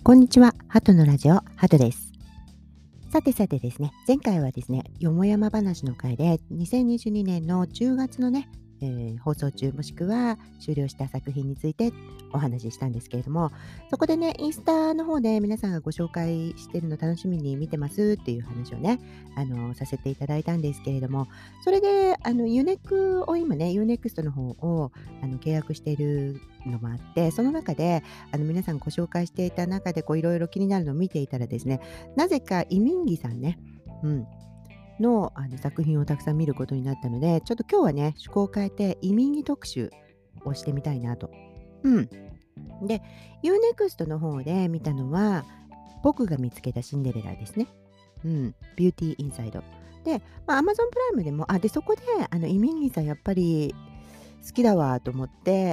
こんにちは、ハトのラジオ、ハトです。さてさてですね、前回はですね、よもやま話の回で、2022年の10月のね、放送中もしくは終了した作品についてお話ししたんですけれども、そこでね、インスタの方で皆さんがご紹介してるの楽しみに見てますっていう話をね、させていただいたんですけれども、それで、ユネクを今ね、ユーネクストの方を契約しているのもあって、その中で皆さんご紹介していた中でこういろいろ気になるのを見ていたらですね、なぜかイミンギさんね、うん、の作品をたくさん見ることになったので、ちょっと今日はね、趣向を変えてイミンギ特集をしてみたいなと。うん。で、ユーネクストの方で見たのは、僕が見つけたシンデレラですね。うん、ビューティーインサイド。で、Amazon プライムでも、で、そこでイミンギさんやっぱり好きだわと思って、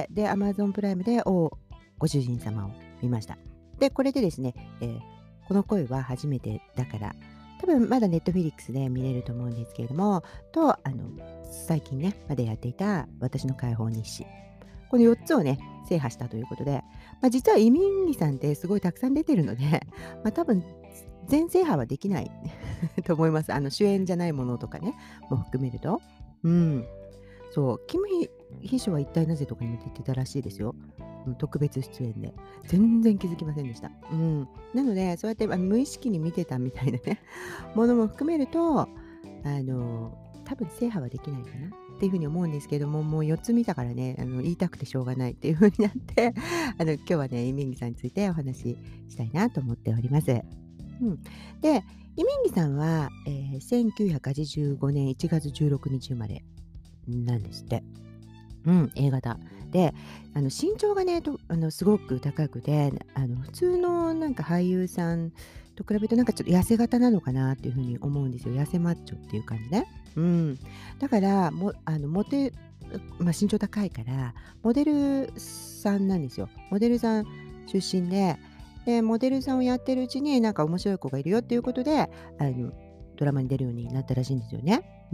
で、Amazon プライムで、ご主人様を見ました。で、これでですね、この声は初めてだから、多分まだ Netflix で見れると思うんですけれども、と、最近ね、までやっていた私の解放日誌。この4つをね、制覇したということで、実はイ・ミンギさんってすごいたくさん出てるので、多分全制覇はできないと思います。主演じゃないものとかね、も含めると。うん。そう、キム秘書は一体なぜとかにも出てたらしいですよ。特別出演で。全然気づきませんでした。うん。なので、そうやって、無意識に見てたみたいなね、ものも含めると、多分制覇はできないかなっていうふうに思うんですけども、もう4つ見たからね、言いたくてしょうがないっていう風になって、今日はね、イミンギさんについてお話ししたいなと思っております。うん。で、イミンギさんは、1985年1月16日生まれなんですって。うん、A 型。で、身長がね、すごく高くて、普通のなんか俳優さんと比べるとなんかちょっと痩せ型なのかなっていう風に思うんですよ。痩せマッチョっていう感じね。うん。だから、身長高いから、モデルさんなんですよ。モデルさん出身で、モデルさんをやってるうちに、なんか面白い子がいるよっていうことで、ドラマに出るようになったらしいんですよね。うん。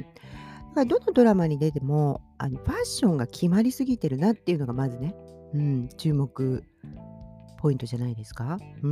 だからどのドラマに出ても、ファッションが決まりすぎてるなっていうのがまずね、うん、注目ポイントじゃないですか。うん。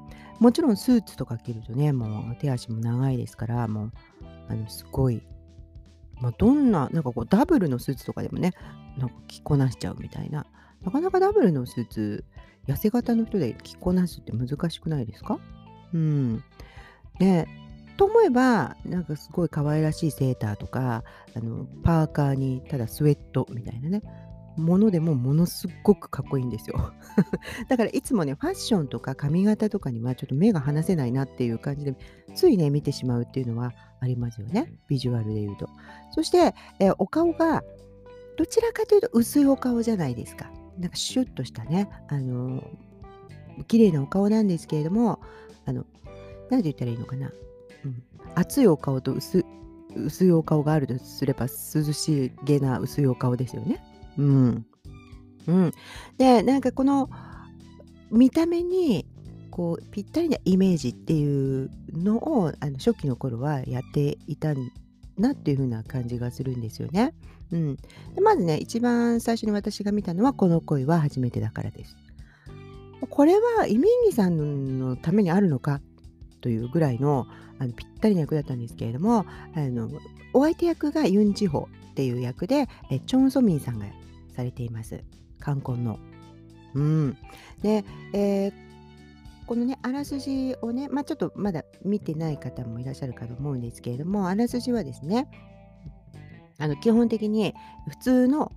もちろんスーツとか着るとね、もう手足も長いですから、もう、すごい、どんな、なんかこうダブルのスーツとかでもね、なんか着こなしちゃうみたいな。なかなかダブルのスーツ、痩せ型の人で着こなすって難しくないですか？うん。で、と思えば、なんかすごい可愛らしいセーターとか、パーカーにただスウェットみたいなね、ものでもものすごくかっこいいんですよ。だからいつもね、ファッションとか髪型とかにはちょっと目が離せないなっていう感じで、ついね、見てしまうっていうのはありますよね、ビジュアルで言うと。そして、お顔がどちらかというと薄いお顔じゃないですか。なんかシュッとしたね、綺麗なお顔なんですけれども、なんて言ったらいいのかな。うん。厚いお顔と薄いお顔があるとすれば、涼しげな薄いお顔ですよね。うん。うん。で、なんかこの見た目に、こうぴったりなイメージっていうのを、初期の頃はやっていたなっていう風な感じがするんですよね。うん。で、まずね、一番最初に私が見たのは、この恋は初めてだからです。これはイ・ミンギさんのためにあるのかというぐらいの、ぴったりな役だったんですけれども、お相手役がユン・ジホっていう役で、チョン・ソミンさんがされています。冠婚の。うん。で、えーこのね、あらすじをね、ちょっとまだ見てない方もいらっしゃるかと思うんですけれども、あらすじはですね、基本的に普通の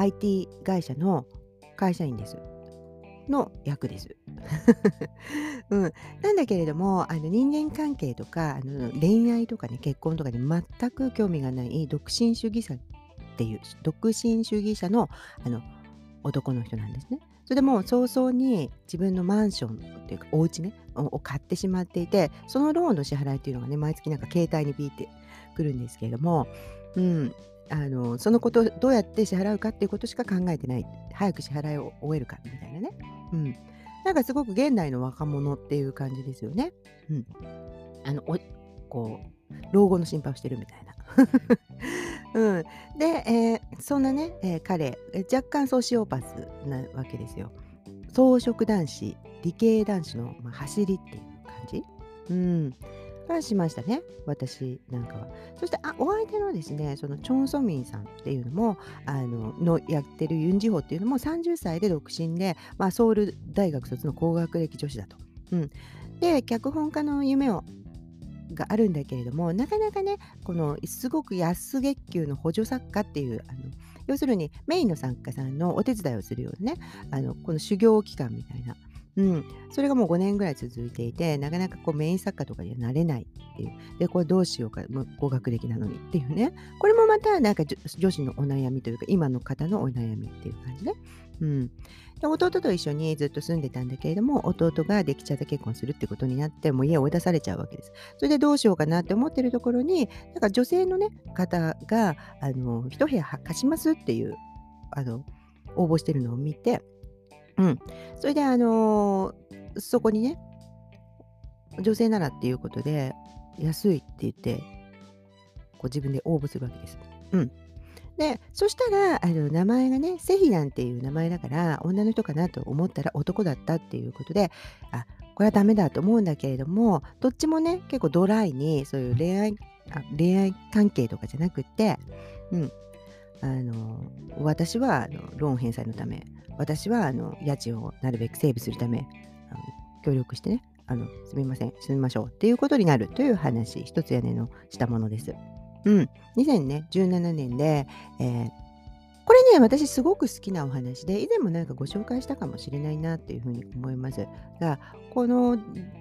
IT 会社の会社員です。の役です。うん。なんだけれども、人間関係とか、恋愛とかね、結婚とかに全く興味がない独身主義者の、あの、男の人なんですね。それでもう早々に自分のマンションっていうか、お家ね、を買ってしまっていて、そのローンの支払いっていうのがね、毎月なんか携帯にビーってくるんですけれども、うん、そのことどうやって支払うかっていうことしか考えてない。早く支払いを終えるかみたいなね。うん。なんかすごく現代の若者っていう感じですよね。うん。あの、おこ老後の心配をしてるみたいな。うん。で、そんなね、彼、若干ソーシオパスなわけですよ。 草食男子、理系男子の、走りっていう感じ、うん、がしましたね、私なんかは。そして、お相手のですね、そのチョン・ソミンさんっていうのも、やってるユン・ジホっていうのも30歳で独身で、ソウル大学卒の高学歴女子だと。うん。で、脚本家の夢があるんだけれども、なかなかね、このすごく安月給の補助作家っていう、要するにメインの作家さんのお手伝いをするようなね、この修行期間みたいな、うん、それがもう5年ぐらい続いていて、なかなかこうメイン作家とかにはなれないっていう。で、これどうしようか、もう高学歴なのにっていうね。これもまたなんか女子のお悩みというか、今の方のお悩みっていう感じね。うん。で、弟と一緒にずっと住んでたんだけれども、弟ができちゃった結婚するってことになって、もう家を追い出されちゃうわけです。それでどうしようかなって思ってるところに、なんか女性のね、方が、一部屋貸しますっていう、あの、応募してるのを見て、うん。それでそこにね、女性ならっていうことで、安いって言って、こう自分で応募するわけです。うん。で、そしたら、名前がね、セヒランっていう名前だから、女の人かなと思ったら男だったっていうことで、これはダメだと思うんだけれども、どっちもね、結構ドライに、そういう恋愛関係とかじゃなくって、うん、あの、私はローン返済のため、私は家賃をなるべくセーブするため、あの協力してね、すみません、住みましょうっていうことになるという話、一つ屋根のしたものです。うん。2017年で、これね、私すごく好きなお話で、以前もなんかご紹介したかもしれないなっていうふうに思いますが、この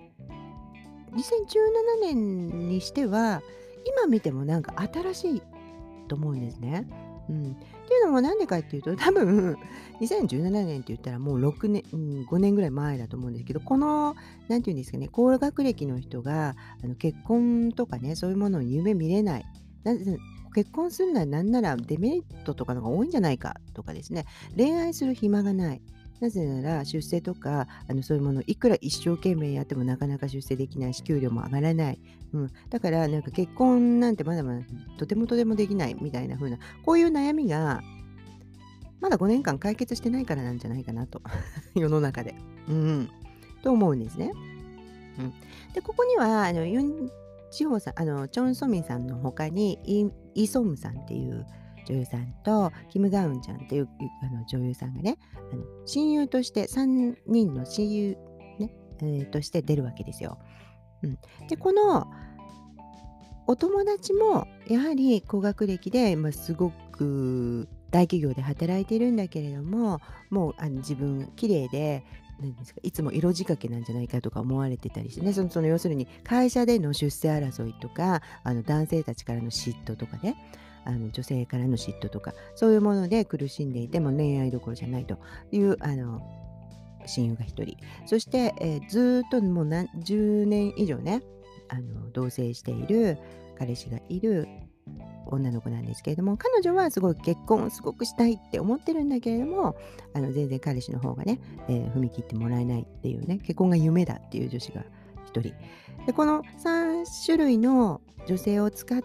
2017年にしては、今見てもなんか新しいと思うんですね。うん。っていうのもなんでかっていうと、多分2017年って言ったらもう6年、5年ぐらい前だと思うんですけど、この、なんていうんですかね、高学歴の人が結婚とかね、そういうものを夢見れない。結婚するならなんならデメリットとかのが多いんじゃないかとかですね、恋愛する暇がない。なぜなら出世とかそういうものいくら一生懸命やってもなかなか出世できないし給料も上がらない、うん、だからなんか結婚なんてまだまだとてもとてもできないみたいな風なこういう悩みがまだ5年間解決してないからなんじゃないかなと世の中で、うん、と思うんですね。うん、でここにはユン・チホさんチョン・ソミンさんの他にイ・ソムさんっていう女優さんとキム・ガウンちゃんっていう女優さんがね親友として3人の親友、ねとして出るわけですよ。うん、でこのお友達もやはり高学歴で、すごく大企業で働いているんだけれども、もう自分綺麗で、なんですか、いつも色仕掛けなんじゃないかとか思われてたりしてね、その要するに会社での出世争いとか、男性たちからの嫉妬とかね、女性からの嫉妬とか、そういうもので苦しんでいても恋愛どころじゃないという親友が一人。そして、ずーっともう10年以上ね、同棲している彼氏がいる女の子なんですけれども、彼女はすごい結婚をすごくしたいって思ってるんだけれども、全然彼氏の方がね、踏み切ってもらえないっていうね、結婚が夢だっていう女子が一人。で、この3種類の女性を使って、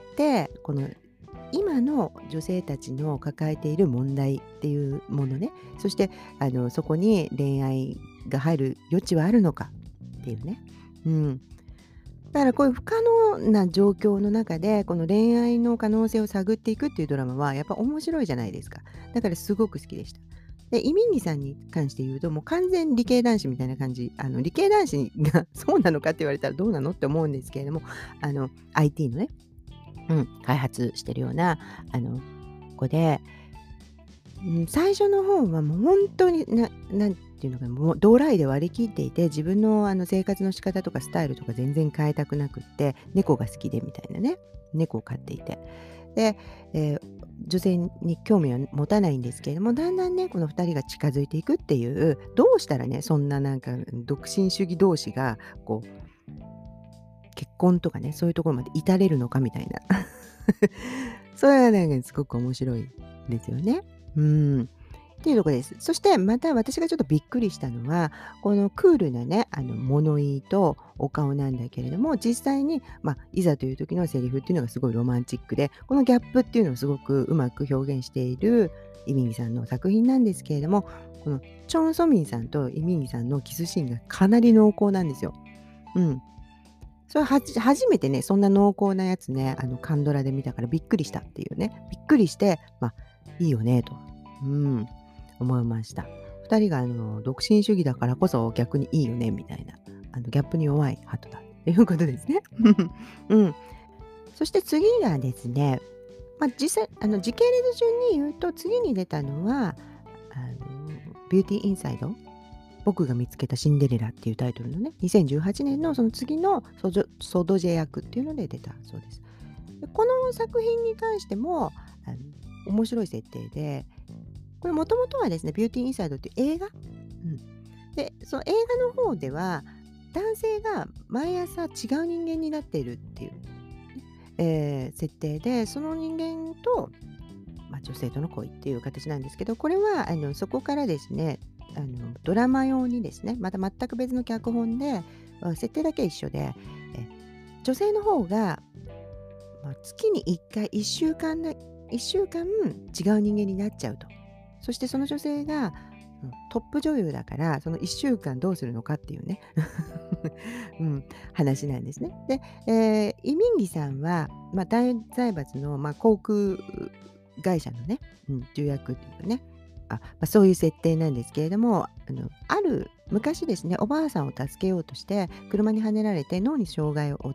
この今の女性たちの抱えている問題っていうものね、そしてそこに恋愛が入る余地はあるのかっていうね。うん。だからこういう不可能な状況の中で、この恋愛の可能性を探っていくっていうドラマはやっぱ面白いじゃないですか。だからすごく好きでした。で、イ・ミンギさんに関して言うと、もう完全理系男子みたいな感じ。理系男子がそうなのかって言われたらどうなのって思うんですけれども、IT のね、開発してるような子で、最初の方はもう本当になんていうのかな、もうドライで割り切っていて、自分の生活の仕方とかスタイルとか全然変えたくなくって、猫が好きでみたいなね、猫を飼っていて。で、女性に興味は持たないんですけれども、だんだんね、この2人が近づいていくっていう、どうしたらね、そんななんか独身主義同士がこう結婚とかね、そういうところまで至れるのかみたいな。それはなんかすごく面白いですよね。うん。 っていうところです。そしてまた私がちょっとびっくりしたのは、このクールなね、物言いとお顔なんだけれども、実際に、いざという時のセリフっていうのがすごいロマンチックで、このギャップっていうのをすごくうまく表現しているイ・ミンギさんの作品なんですけれども、このチョン・ソミンさんとイ・ミンギさんのキスシーンがかなり濃厚なんですよ。うん。それ初めてね、そんな濃厚なやつね、カンドラで見たからびっくりしたっていうね。びっくりして、いいよねと、うん、思いました。2人が独身主義だからこそ逆にいいよねみたいな、ギャップに弱いハトだっていうことですね。うん。そして次がですね、実際時系列順に言うと、次に出たのは、ビューティーインサイド僕が見つけたシンデレラっていうタイトルのね、2018年のその次のソドジェ役っていうので出たそうです。で、この作品に関しても、あの、面白い設定で、これもともとはですね、ビューティーインサイドっていう映画、で、その映画の方では、男性が毎朝違う人間になっているっていう、設定で、その人間と女性との恋っていう形なんですけど、これはそこからですね、ドラマ用にですね、また全く別の脚本で、設定だけ一緒で、女性の方が、月に1回1週間違う人間になっちゃうと。そしてその女性が、トップ女優だから、その1週間どうするのかっていうね、うん、話なんですね。で、イ・ミンギさんは、大財閥の、航空会社のね、重役っていうかね、そういう設定なんですけれども、ある昔ですね、おばあさんを助けようとして車にはねられて脳に障害を負って、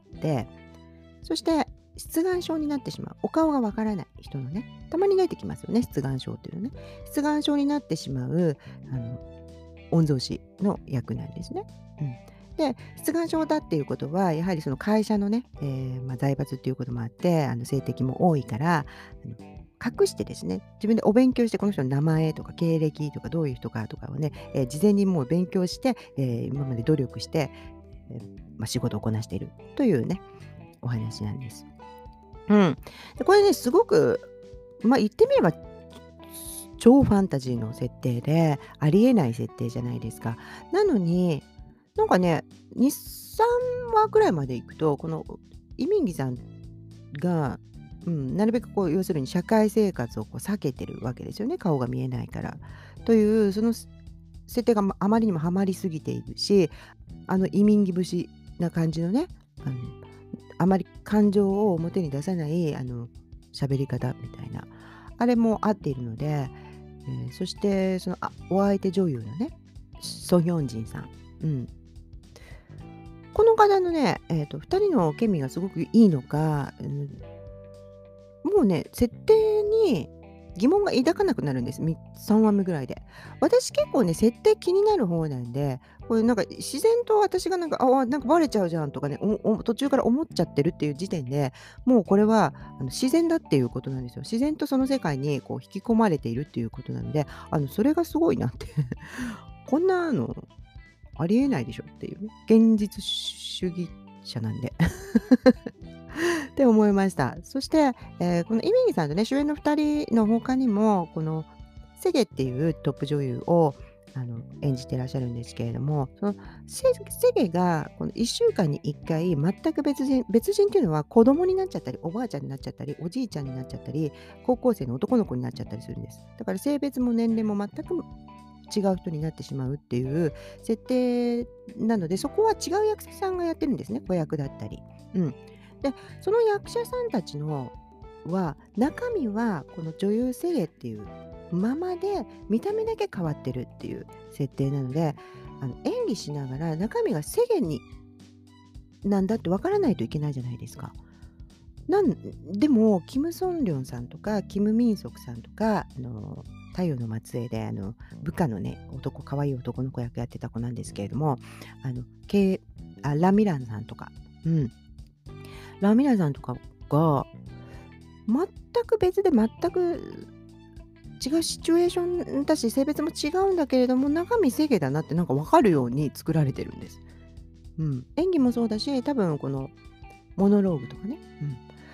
そして失眼症になってしまう。お顔がわからない人のね、たまに出てきますよね、失眼症っていうのね。失眼症になってしまう御曹司の役なんですね。で、失眼症だっていうことは、やはりその会社のね、財閥っていうこともあって、成績も多いから、隠してですね、自分でお勉強して、この人の名前とか経歴とかどういう人かとかをね、事前にもう勉強して、今まで努力して、仕事をこなしているというね、お話なんです。うん。で、これね、すごく、言ってみれば、超ファンタジーの設定で、ありえない設定じゃないですか。なのに、なんかね、2、3話ぐらいまで行くと、このイ・ミンギさんが、なるべくこう要するに社会生活をこう避けてるわけですよね、顔が見えないから。というその設定があまりにもハマりすぎているし、移民ギ節な感じのね、あのあまり感情を表に出さない喋り方みたいな、あれも合っているので、そしてそのお相手女優のね、ソヒョンジンさん、うん、この方のね、2人のケミがすごくいいのか、もうね、設定に疑問が抱かなくなるんです。3話目ぐらいで。私結構ね、設定気になる方なんで、これなんか自然と私がなんか、なんかバレちゃうじゃんとかね、途中から思っちゃってるっていう時点で、もうこれは自然だっていうことなんですよ。自然とその世界にこう引き込まれているっていうことなので、それがすごいなってこんなのありえないでしょっていうね。現実主義者なんでって思いました。そして、このイミンギさんとね、主演の2人の他にも、このセゲっていうトップ女優を演じてらっしゃるんですけれども、そのセゲがこの1週間に1回全く別人っていうのは子供になっちゃったり、おばあちゃんになっちゃったり、おじいちゃんになっちゃったり、高校生の男の子になっちゃったりするんです。だから性別も年齢も全く違う人になってしまうっていう設定なので、そこは違う役者さんがやってるんですね、子役だったり。うん。で、その役者さんたちの中身はこの女優セゲっていうままで、見た目だけ変わってるっていう設定なので、演技しながら中身がセゲになんだってわからないといけないじゃないですか。でも、キム・ソンリョンさんとか、キム・ミンソクさんとか、太陽の末裔で、部下のね、可愛い男の子役やってた子なんですけれども、あの、ケラミランさんとか、ラミランさんとかが、全く別で全く違うシチュエーションだし、性別も違うんだけれども、中身セゲだなってなんか分かるように作られてるんです。演技もそうだし、多分このモノローグとかね。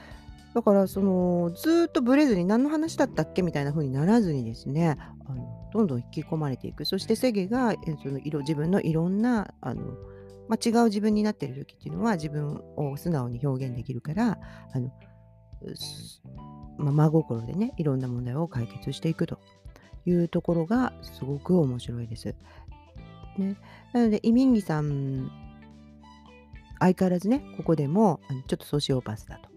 だからずーっとブレずに何の話だったっけみたいな風にならずにですね、 どんどん引き込まれていく。そしてセゲが、その自分のいろんな違う自分になっている時っていうのは、自分を素直に表現できるから、あの、す真心でね、いろんな問題を解決していくというところがすごく面白いです。ね。なので、イ・ミンギさん、相変わらずね、ここでもちょっとソシオパスだと。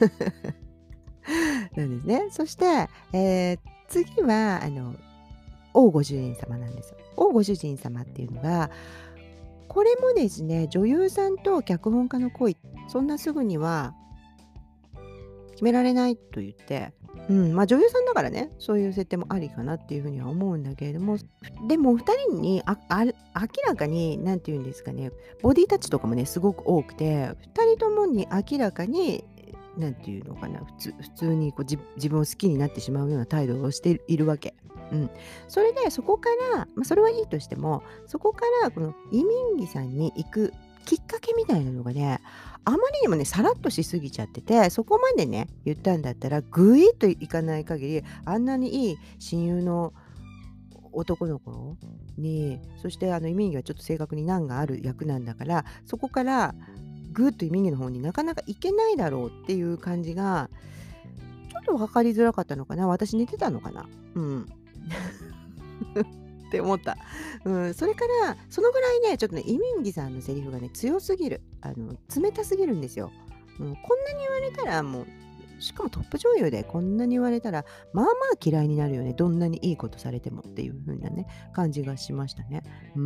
なんですね。そして、次は王ご主人様なんですよ。王ご主人様っていうのが、これもですね、女優さんと脚本家の恋、そんなすぐには決められないと言って、女優さんだからね、そういう設定もありかなっていうふうには思うんだけれども、でも2人に明らかに何て言うんですかね、ボディタッチとかもね、すごく多くて、2人ともに明らかに何て言うのかな、普通にこう自分を好きになってしまうような態度をしているわけ。うん。それでそこから、それはいいとしても、そこからこのイ・ミンギさんに行くきっかけみたいなのがね、あまりにもね、さらっとしすぎちゃってて、そこまでね、言ったんだったら、ぐいっといかない限り、あんなにいい親友の男の子に、そしてイ・ミンギはちょっと性格に難がある役なんだから、そこからぐっとイ・ミンギの方になかなか行けないだろうっていう感じが、ちょっと分かりづらかったのかな。私寝てたのかな。うん。って思った。それから、そのぐらいね、ちょっとね、イ・ミンギさんのセリフがね、強すぎる。冷たすぎるんですよ。こんなに言われたらもう、しかもトップ女優でこんなに言われたら、まあまあ嫌いになるよね。どんなにいいことされてもっていう風なね、感じがしましたね。うん。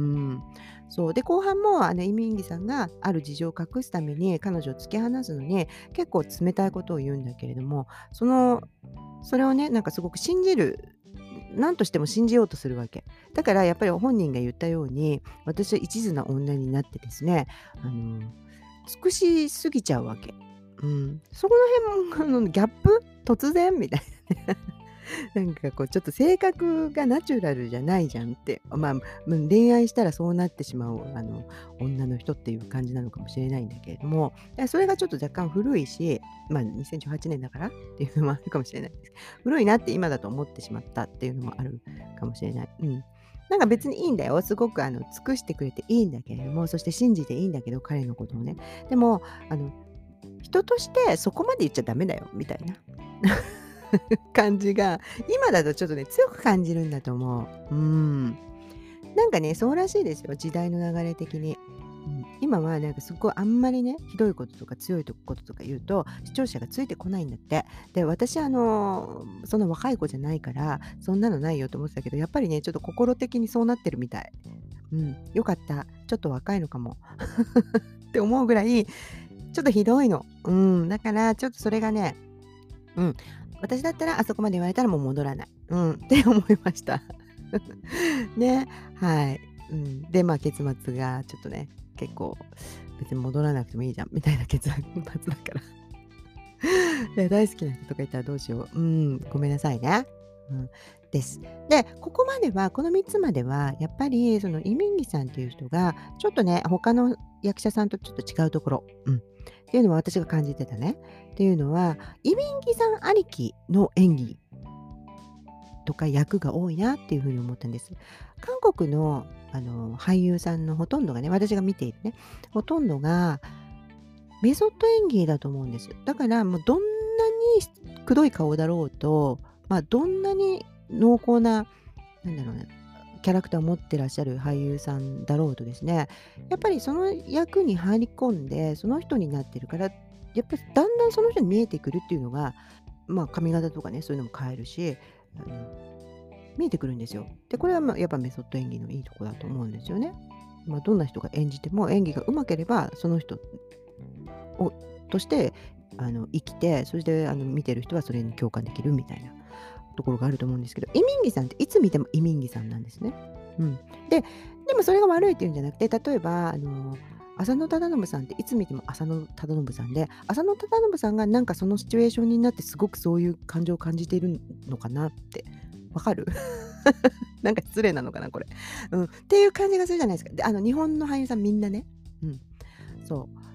そう。で、後半もイ・ミンギさんがある事情を隠すために彼女を突き放すのに、結構冷たいことを言うんだけれども、それをね、なんかすごくなんとしても信じようとするわけ。だからやっぱり本人が言ったように、私は一途な女になってですね、尽くしすぎちゃうわけ。そこの辺もギャップ突然みたいなね。なんかこうちょっと性格がナチュラルじゃないじゃんって、恋愛したらそうなってしまう女の人っていう感じなのかもしれないんだけれども、それがちょっと若干古いし、2018年だからっていうのもあるかもしれないです。古いなって今だと思ってしまったっていうのもあるかもしれない。なんか別にいいんだよ。すごく尽くしてくれていいんだけれども、そして信じていいんだけど、彼のことをね。でも、人としてそこまで言っちゃダメだよみたいな。感じが、今だとちょっとね、強く感じるんだと思う。なんかね、そうらしいですよ、時代の流れ的に。今はなんかすごいあんまりね、ひどいこととか強いこととか言うと、視聴者がついてこないんだって。で、私そんな若い子じゃないから、そんなのないよと思ってたけど、やっぱりね、ちょっと心的にそうなってるみたい。よかった。ちょっと若いのかも。って思うぐらい、ちょっとひどいの。だからちょっとそれがね、うん。私だったらあそこまで言われたらもう戻らない。って思いました。ね、はい。で、結末がちょっとね、結構別に戻らなくてもいいじゃんみたいな結末だから。いや、大好きな人とかいたらどうしよう。ごめんなさいね。です。で、ここまでは、この3つまでは、やっぱりそのイ・ミンギさんっていう人が、ちょっとね、他の役者さんとちょっと違うところ、っていうのは私が感じてたね。っていうのは、イ・ミンギさんありきの演技とか役が多いなっていうふうに思ったんです。韓国の俳優さんのほとんどがね、私が見ているね、ほとんどがメソッド演技だと思うんです。だからもうどんなにくどい顔だろうと、どんなに濃厚な、なんだろうね、キャラクターを持ってらっしゃる俳優さんだろうとですね、やっぱりその役に入り込んで、その人になってるから、やっぱりだんだんその人に見えてくるっていうのが、髪型とかね、そういうのも変えるし、見えてくるんですよ。で、これはやっぱメソッド演技のいいとこだと思うんですよね。どんな人が演じても演技が上手ければ、その人をとして生きて、そして見てる人はそれに共感できるみたいなところがあると思うんですけど、イ・ミンギさんっていつ見てもイ・ミンギさんなんですね。うん。で、でもそれが悪いっていうんじゃなくて、例えば浅野忠信さんっていつ見ても浅野忠信さんで、浅野忠信さんがなんかそのシチュエーションになってすごくそういう感情を感じているのかなって、わかる？なんか失礼なのかな、これ。っていう感じがするじゃないですか。で、日本の俳優さんみんなね。そう。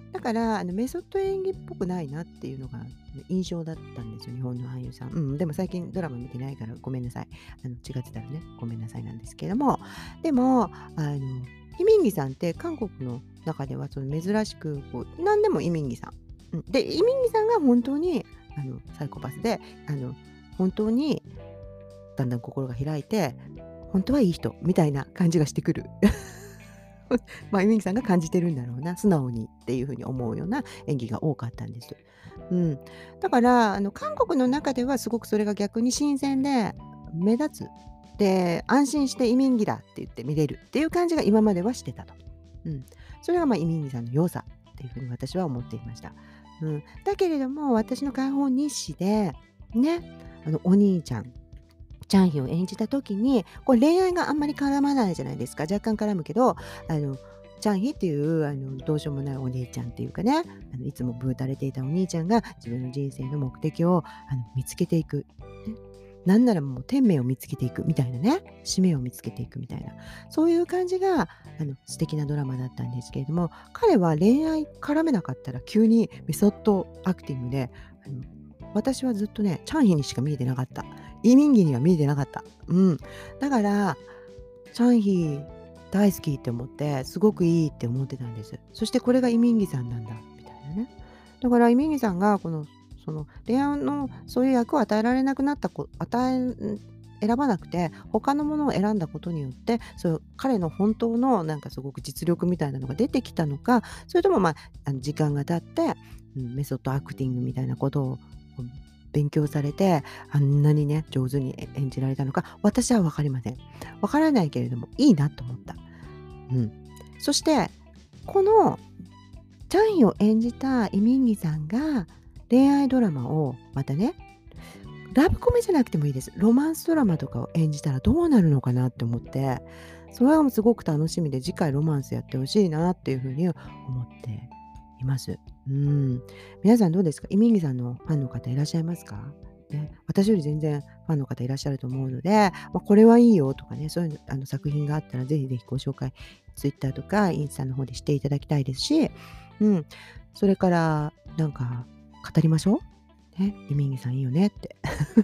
だからメソッド演技っぽくないなっていうのが印象だったんですよ、日本の俳優さん。でも最近ドラマ見てないからごめんなさい。違ってたらね、ごめんなさいなんですけれども、でも、イミンギさんって韓国の中ではその珍しく、何でもイミンギさん。で、イミンギさんが本当にサイコパスで、本当にだんだん心が開いて、本当はいい人みたいな感じがしてくる。イミンギさんが感じてるんだろうな、素直にっていう風に思うような演技が多かったんです。うん。だから、韓国の中ではすごくそれが逆に新鮮で目立つ。で、安心してイミンギだって言って見れるっていう感じが今まではしてたと。うん。それがイミンギさんの良さっていう風に私は思っていました。だけれども、私の解放日誌で、ね、お兄ちゃんチャンヒを演じた時に、これ恋愛があんまり絡まないじゃないですか。若干絡むけど、チャンヒっていうどうしようもないお兄ちゃんっていうかね、いつもブーたれていたお兄ちゃんが自分の人生の目的を見つけていく。ね、なんならもう天命を見つけていくみたいなね、使命を見つけていくみたいな、そういう感じが素敵なドラマだったんですけれども、彼は恋愛絡めなかったら急にメソッドアクティングで、私はずっとね、チャンヒにしか見えてなかった。イーミンギには見えてなかった。だから、チャンヒ大好きって思って、すごくいいって思ってたんです。そしてこれがイミンギさんなんだ、みたいなね。だからイミンギさんが、その恋愛のそういう役を与えられなくなった選ばなくて、他のものを選んだことによって、そう彼の本当のなんかすごく実力みたいなのが出てきたのか、それとも時間が経って、メソッドアクティングみたいなことを勉強されて、あんなにね、上手に演じられたのか、私は分かりません。分からないけれども、いいなと思った。そして、このチャンヒを演じたイ・ミンギさんが、恋愛ドラマをまたね、ラブコメじゃなくてもいいです。ロマンスドラマとかを演じたらどうなるのかなって思って、それはすごく楽しみで、次回ロマンスやってほしいなっていうふうに思っています。皆さんどうですか？イミンギさんのファンの方いらっしゃいますか？ね、私より全然ファンの方いらっしゃると思うので、これはいいよとかね、そういう作品があったらぜひぜひご紹介、ツイッターとかインスタの方でしていただきたいですし、それからなんか語りましょう。ね、イミンギさんいいよねって。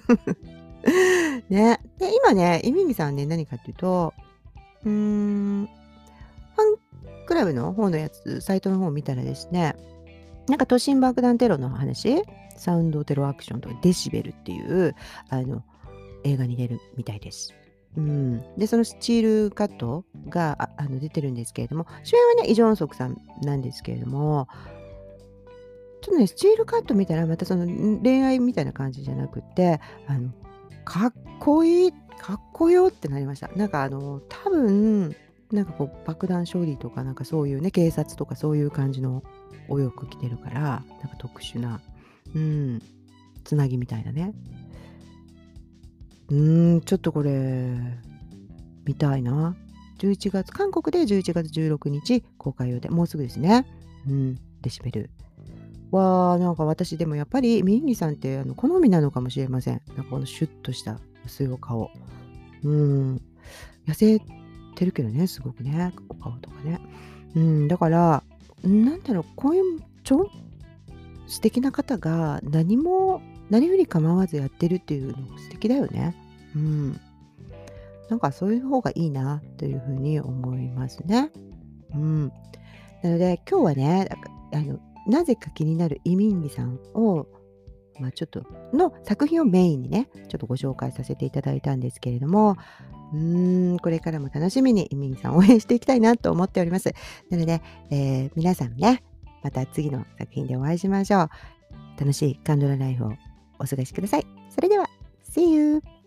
ね。で、今ね、イミンギさんね、何かっていうと、ファンクラブの方のやつ、サイトの方を見たらですね、なんか都心爆弾テロの話、サウンドテロアクションとかデシベルっていう映画に出るみたいです。で、そのスチールカットが出てるんですけれども、主演はね、イ・ジョンソクさんなんですけれども、ちょっとね、スチールカット見たらまたその恋愛みたいな感じじゃなくって、かっこいい、かっこよってなりました。なんか多分、なんか爆弾処理とかなんかそういうね、警察とかそういう感じのお洋服着てるから、なんか特殊な、つなぎみたいなね。ちょっとこれ、見たいな。韓国で11月16日公開予定。もうすぐですね。デシベル。なんか私でもやっぱりミンギさんって好みなのかもしれません。なんかこのシュッとした薄いお顔。痩せてるけどね、すごくね、お顔とかね。だから、なんだろう、こういう素敵な方が何より構わずやってるっていうの素敵だよね。なんかそういう方がいいなというふうに思いますね。なので今日はね、なぜか気になるイ・ミンギさんを、ちょっとの作品をメインにね、ちょっとご紹介させていただいたんですけれども、これからも楽しみにイ・ミンギさんを応援していきたいなと思っております。なので、皆さんね、また次の作品でお会いしましょう。楽しいカンドラライフをお過ごしください。それでは、See you!